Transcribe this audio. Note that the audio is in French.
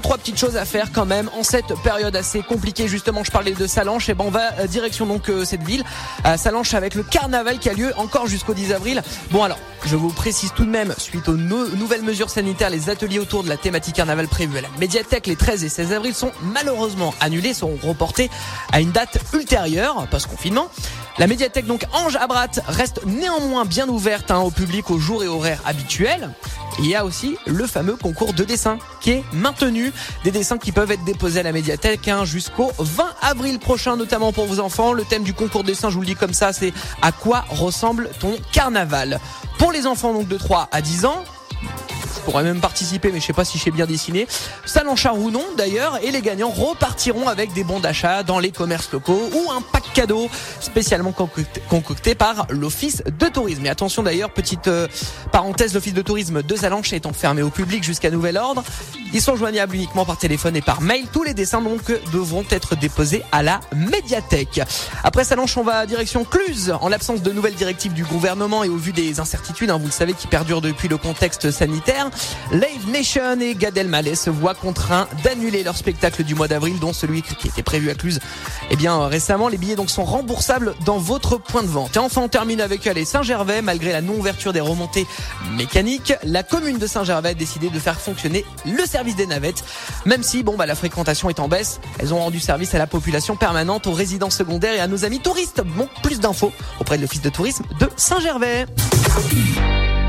3 petites choses à faire quand même en cette période assez compliquée. Justement, je parlais de Sallanches, et on va direction donc cette ville, Sallanches, avec le carnaval qui a lieu encore jusqu'au 10 avril. Bon alors, je vous précise tout de même, suite aux nouvelles mesures sanitaires, les ateliers autour de la thématique carnaval prévus à la médiathèque les 13 et 16 avril sont malheureusement annulés, sont reportés à une date ultérieure, post-confinement. La médiathèque donc Ange Abrat reste néanmoins bien ouverte au public aux jours et horaires habituels. Et il y a aussi le fameux concours de dessin qui est maintenu. Des dessins qui peuvent être déposés à la médiathèque jusqu'au 20 avril prochain, notamment pour vos enfants. Le thème du concours de dessin, je vous le dis comme ça, c'est « À quoi ressemble ton carnaval ?» Pour les enfants donc de 3 à 10 ans, je pourrais même participer, mais je sais pas si je sais bien dessiner. Salonchard ou non d'ailleurs, et les gagnants repartiront avec des bons d'achat dans les commerces locaux ou un pack cadeau spécialement concocté par l'Office de tourisme. Et attention d'ailleurs, petite parenthèse, l'Office de tourisme de Sallanches étant fermé au public jusqu'à nouvel ordre, ils sont joignables uniquement par téléphone et par mail. Tous les dessins donc devront être déposés à la médiathèque. Après Sallanches, on va direction Cluses. En l'absence de nouvelles directives du gouvernement et au vu des incertitudes, vous le savez, qui perdurent depuis le contexte sanitaire, Live Nation et Gad Elmaleh se voient contraints d'annuler leur spectacle du mois d'avril, dont celui qui était prévu à Cluses. Récemment, les billets donc sont remboursables dans votre point de vente. Et enfin, on termine avec Saint-Gervais. Malgré la non-ouverture des remontées mécaniques, la commune de Saint-Gervais a décidé de faire fonctionner le service des navettes. Même si, la fréquentation est en baisse, elles ont rendu service à la population permanente, aux résidents secondaires et à nos amis touristes. Bon, plus d'infos auprès de l'Office de tourisme de Saint-Gervais.